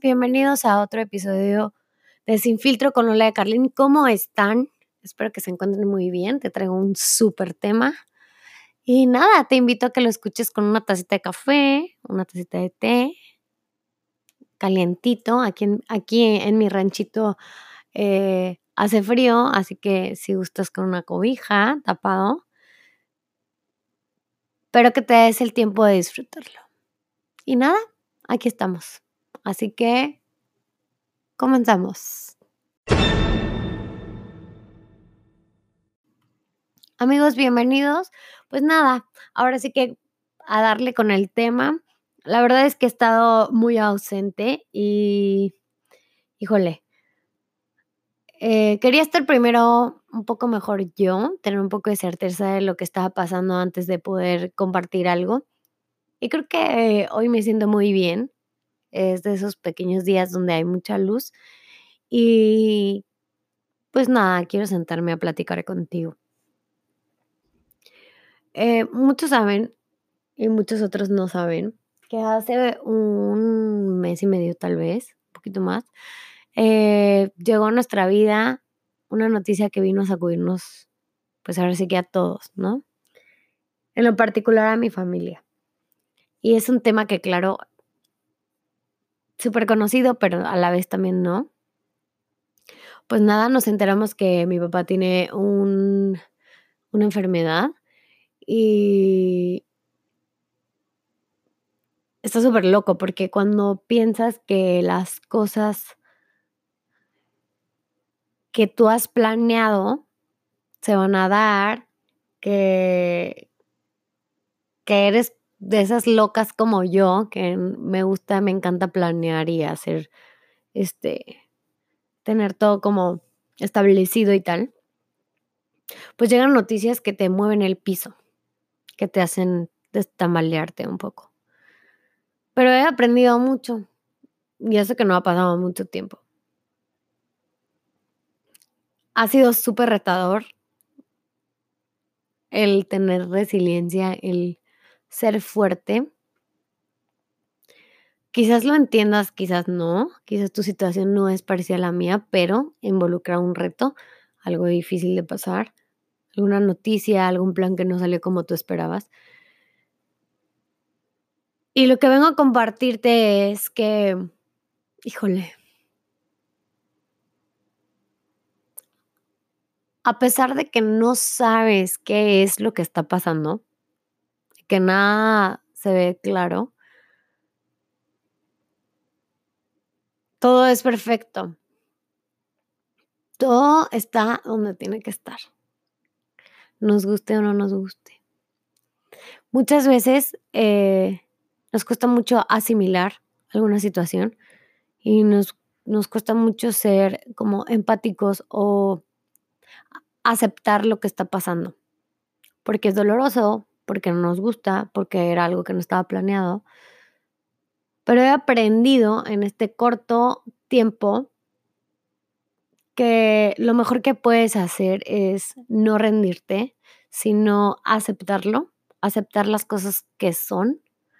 bienvenidos a otro episodio de Sin Filtro con Lola de Carlín. ¿Cómo están? Espero que se encuentren muy bien. Te traigo un súper tema. Y nada, te invito a que lo escuches con una tacita de café, una tacita de té, calientito. Aquí en mi ranchito hace frío, así que si gustas con una cobija, tapado, pero que te des el tiempo de disfrutarlo. Y nada, aquí estamos. Así que comenzamos. Amigos, bienvenidos. Pues nada, ahora sí que a darle con el tema. La verdad es que he estado muy ausente y, híjole, quería estar primero un poco mejor yo, tener un poco de certeza de lo que estaba pasando antes de poder compartir algo. Y creo que hoy me siento muy bien. Es de esos pequeños días donde hay mucha luz y pues nada, quiero sentarme a platicar contigo. Muchos saben y muchos otros no saben que hace un mes y medio, tal vez, un poquito más, llegó a nuestra vida una noticia que vino a sacudirnos, pues ahora sí que a todos, ¿no? En lo particular a mi familia. Y es un tema que, claro, súper conocido, pero a la vez también no. Pues nada, nos enteramos que mi papá tiene una enfermedad y está súper loco porque cuando piensas que las cosas que tú has planeado se van a dar, que eres de esas locas como yo, que me encanta planear y hacer, este, tener todo como establecido y tal, pues llegan noticias que te mueven el piso, que te hacen tambalearte un poco. Pero he aprendido mucho y eso que no ha pasado mucho tiempo. Ha sido súper retador el tener resiliencia, el ser fuerte. Quizás lo entiendas, quizás no, quizás tu situación no es parecida a la mía, pero involucra un reto, algo difícil de pasar, alguna noticia, algún plan que no salió como tú esperabas. Y lo que vengo a compartirte es que, híjole, a pesar de que no sabes qué es lo que está pasando, que nada se ve claro, todo es perfecto, todo está donde tiene que estar, nos guste o no nos guste. Muchas veces, nos cuesta mucho asimilar alguna situación y nos cuesta mucho ser como empáticos o aceptar lo que está pasando, porque es doloroso, porque no nos gusta, porque era algo que no estaba planeado. Pero he aprendido en este corto tiempo que lo mejor que puedes hacer es no rendirte, sino aceptarlo, aceptar las cosas que son.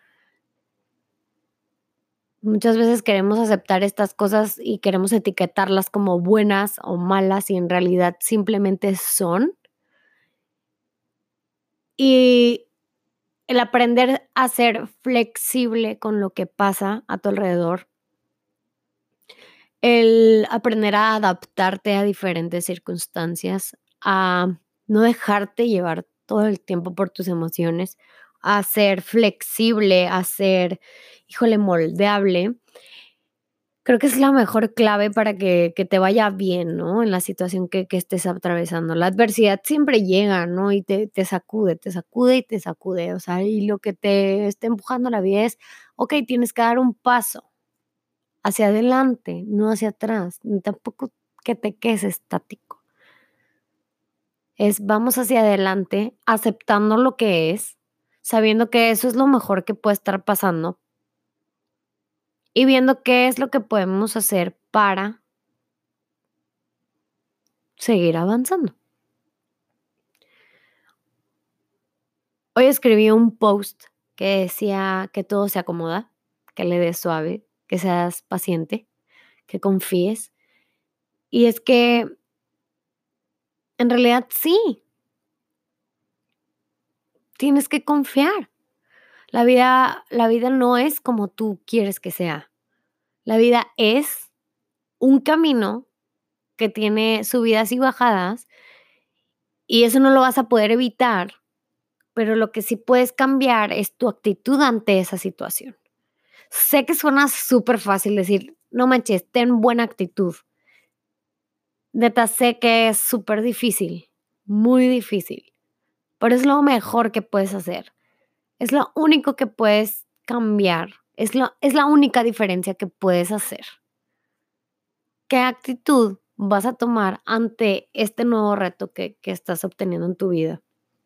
Muchas veces queremos aceptar estas cosas y queremos etiquetarlas como buenas o malas y en realidad simplemente son. Y el aprender a ser flexible con lo que pasa a tu alrededor, el aprender a adaptarte a diferentes circunstancias, a no dejarte llevar todo el tiempo por tus emociones, a ser flexible, a ser, híjole, moldeable. Creo que es la mejor clave para que te vaya bien, ¿no? En la situación que estés atravesando. La adversidad siempre llega, ¿no? Y te sacude, te sacude y te sacude. O sea, y lo que te está empujando a la vida es, okey, tienes que dar un paso hacia adelante, no hacia atrás, ni tampoco que te quedes estático. Es vamos hacia adelante, aceptando lo que es, sabiendo que eso es lo mejor que puede estar pasando y viendo qué es lo que podemos hacer para seguir avanzando. Hoy escribí un post que decía que todo se acomoda, que le des suave. que seas paciente, que confíes. Y es que en realidad sí, tienes que confiar. La vida no es como tú quieres que sea. La vida es un camino que tiene subidas y bajadas, y eso no lo vas a poder evitar, pero lo que sí puedes cambiar es tu actitud ante esa situación. Sé que suena súper fácil decir: "No manches, ten buena actitud". Neta, sé que es súper difícil, muy difícil, pero es lo mejor que puedes hacer. Es lo único que puedes cambiar, es la única diferencia que puedes hacer. ¿Qué actitud vas a tomar ante este nuevo reto que estás obteniendo en tu vida?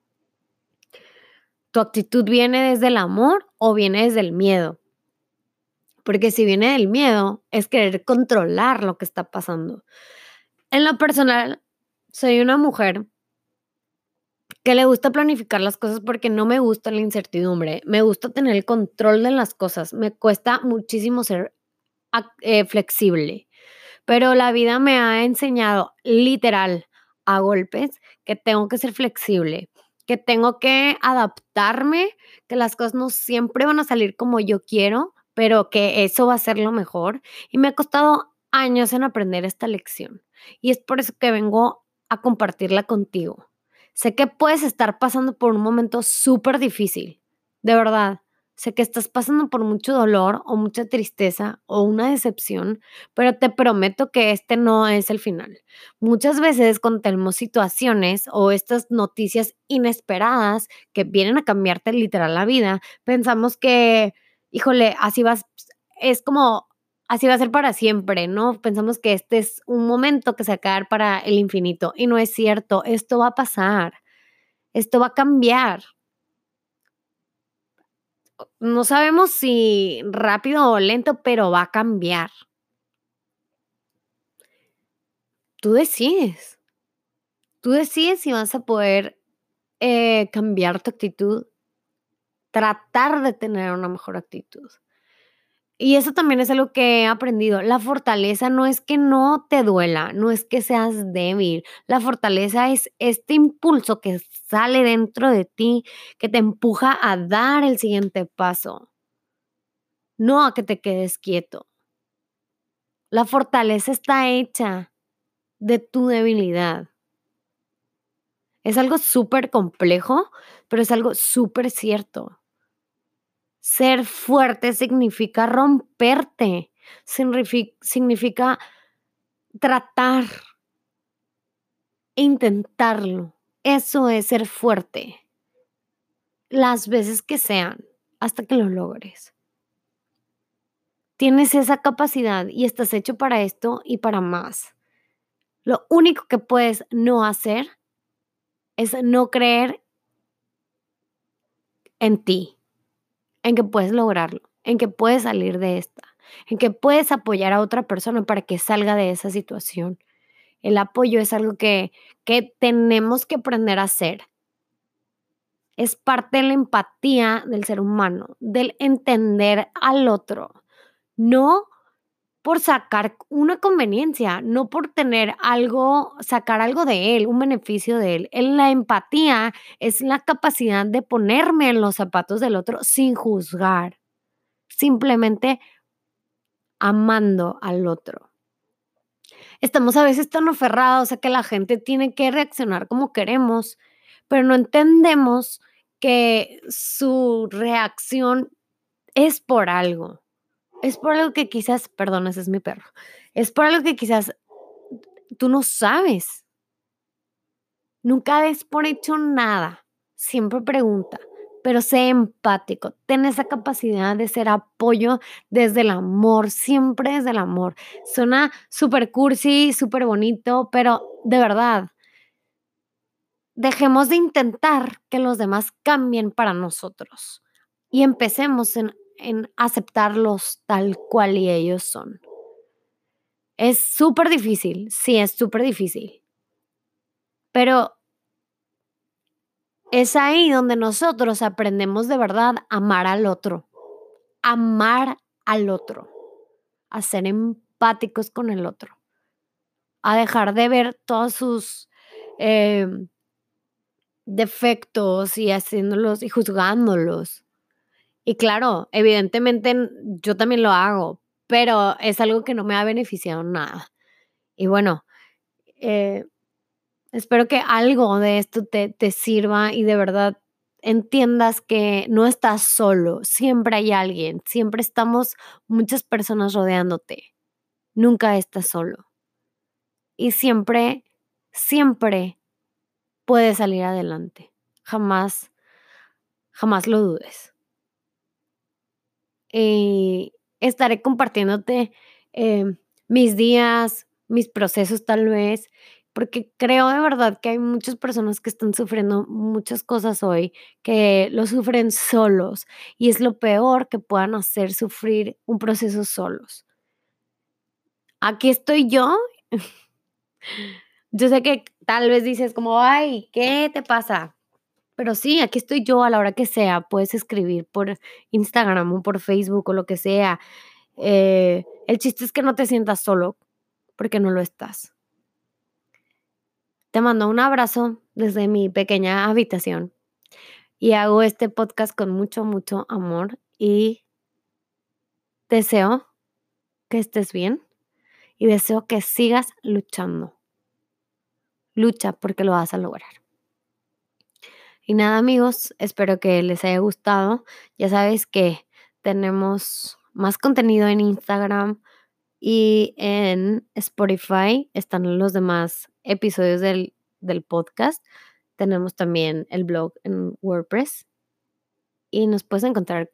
¿Tu actitud viene desde el amor o viene desde el miedo? Porque si viene del miedo, es querer controlar lo que está pasando. En lo personal, soy una mujer que le gusta planificar las cosas porque no me gusta la incertidumbre. Me gusta tener el control de las cosas. Me cuesta muchísimo ser flexible. Pero la vida me ha enseñado, literal, a golpes, que tengo que ser flexible, que tengo que adaptarme, que las cosas no siempre van a salir como yo quiero, pero que eso va a ser lo mejor. Y me ha costado años en aprender esta lección. Y es por eso que vengo a compartirla contigo. Sé que puedes estar pasando por un momento súper difícil, de verdad. Sé que estás pasando por mucho dolor o mucha tristeza o una decepción, pero te prometo que este no es el final. Muchas veces cuando tenemos situaciones o estas noticias inesperadas que vienen a cambiarte literal la vida, pensamos que, híjole, es como, así va a ser para siempre, ¿no? Pensamos que este es un momento que se va a quedar para el infinito y no es cierto, esto va a pasar, esto va a cambiar. No sabemos si rápido o lento, pero va a cambiar. Tú decides. Tú decides si vas a poder, cambiar tu actitud, tratar de tener una mejor actitud. Y eso también es algo que he aprendido. La fortaleza no es que no te duela, no es que seas débil. La fortaleza es este impulso que sale dentro de ti, que te empuja a dar el siguiente paso, no a que te quedes quieto. La fortaleza está hecha de tu debilidad. Es algo súper complejo, pero es algo súper cierto. Ser fuerte significa romperte, significa tratar e intentarlo. Eso es ser fuerte, las veces que sean, hasta que lo logres. Tienes esa capacidad y estás hecho para esto y para más. Lo único que puedes no hacer es no creer en ti, en que puedes lograrlo, en que puedes salir de esta, en que puedes apoyar a otra persona para que salga de esa situación. El apoyo es algo que tenemos que aprender a hacer. Es parte de la empatía del ser humano, del entender al otro, no por sacar una conveniencia, no por tener algo, sacar algo de él, un beneficio de él. La empatía es la capacidad de ponerme en los zapatos del otro sin juzgar, simplemente amando al otro. Estamos a veces tan aferrados a que la gente tiene que reaccionar como queremos, pero no entendemos que su reacción es por algo. Es por algo que quizás, perdón, ese es mi perro. Es por algo que quizás tú no sabes. Nunca des por hecho nada. Siempre pregunta, pero sé empático. Ten esa capacidad de ser apoyo desde el amor, siempre desde el amor. Suena súper cursi, súper bonito, pero de verdad, dejemos de intentar que los demás cambien para nosotros y empecemos en aceptarlos tal cual y ellos son. Es súper difícil, sí, es súper difícil, pero es ahí donde nosotros aprendemos de verdad a amar al otro, amar al otro. a ser empáticos con el otro, a dejar de ver todos sus, em, defectos y haciéndolos y juzgándolos. Y claro, evidentemente, yo también lo hago, pero es algo que no me ha beneficiado nada. Y bueno, eh, espero que algo de esto te sirva y de verdad entiendas que no estás solo, siempre hay alguien, siempre estamos muchas personas rodeándote, nunca estás solo y siempre, siempre puedes salir adelante. Jamás, jamás lo dudes. Y estaré compartiéndote, mis días, mis procesos tal vez, porque creo de verdad que hay muchas personas que están sufriendo muchas cosas hoy, que lo sufren solos, y es lo peor que puedan hacer, sufrir un proceso solos. Aquí estoy yo. Yo sé que tal vez dices como: "Ay, ¿qué te pasa?". Pero sí, aquí estoy yo a la hora que sea. Puedes escribir por Instagram o por Facebook o lo que sea. El chiste es que no te sientas solo, porque no lo estás. Te mando un abrazo desde mi pequeña habitación y hago este podcast con mucho, mucho amor y deseo que estés bien y deseo que sigas luchando. Lucha porque lo vas a lograr. Y nada, amigos, espero que les haya gustado. Ya sabes que tenemos más contenido en Instagram y en Spotify están los demás episodios del podcast. Tenemos también el blog en WordPress y nos puedes encontrar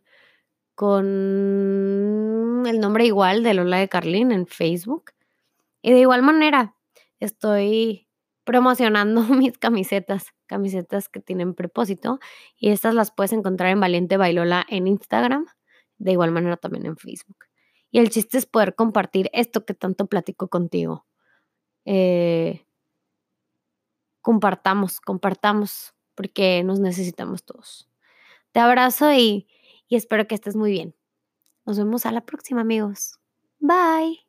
con el nombre igual de Lola de Carlín en Facebook. Y de igual manera, estoy promocionando mis camisetas que tienen propósito, y estas las puedes encontrar en Valiente Bailola en Instagram, de igual manera también en Facebook. Y el chiste es poder compartir esto que tanto platico contigo. Eh, compartamos, porque nos necesitamos todos. Te abrazo y espero que estés muy bien. Nos vemos a la próxima, amigos. Bye.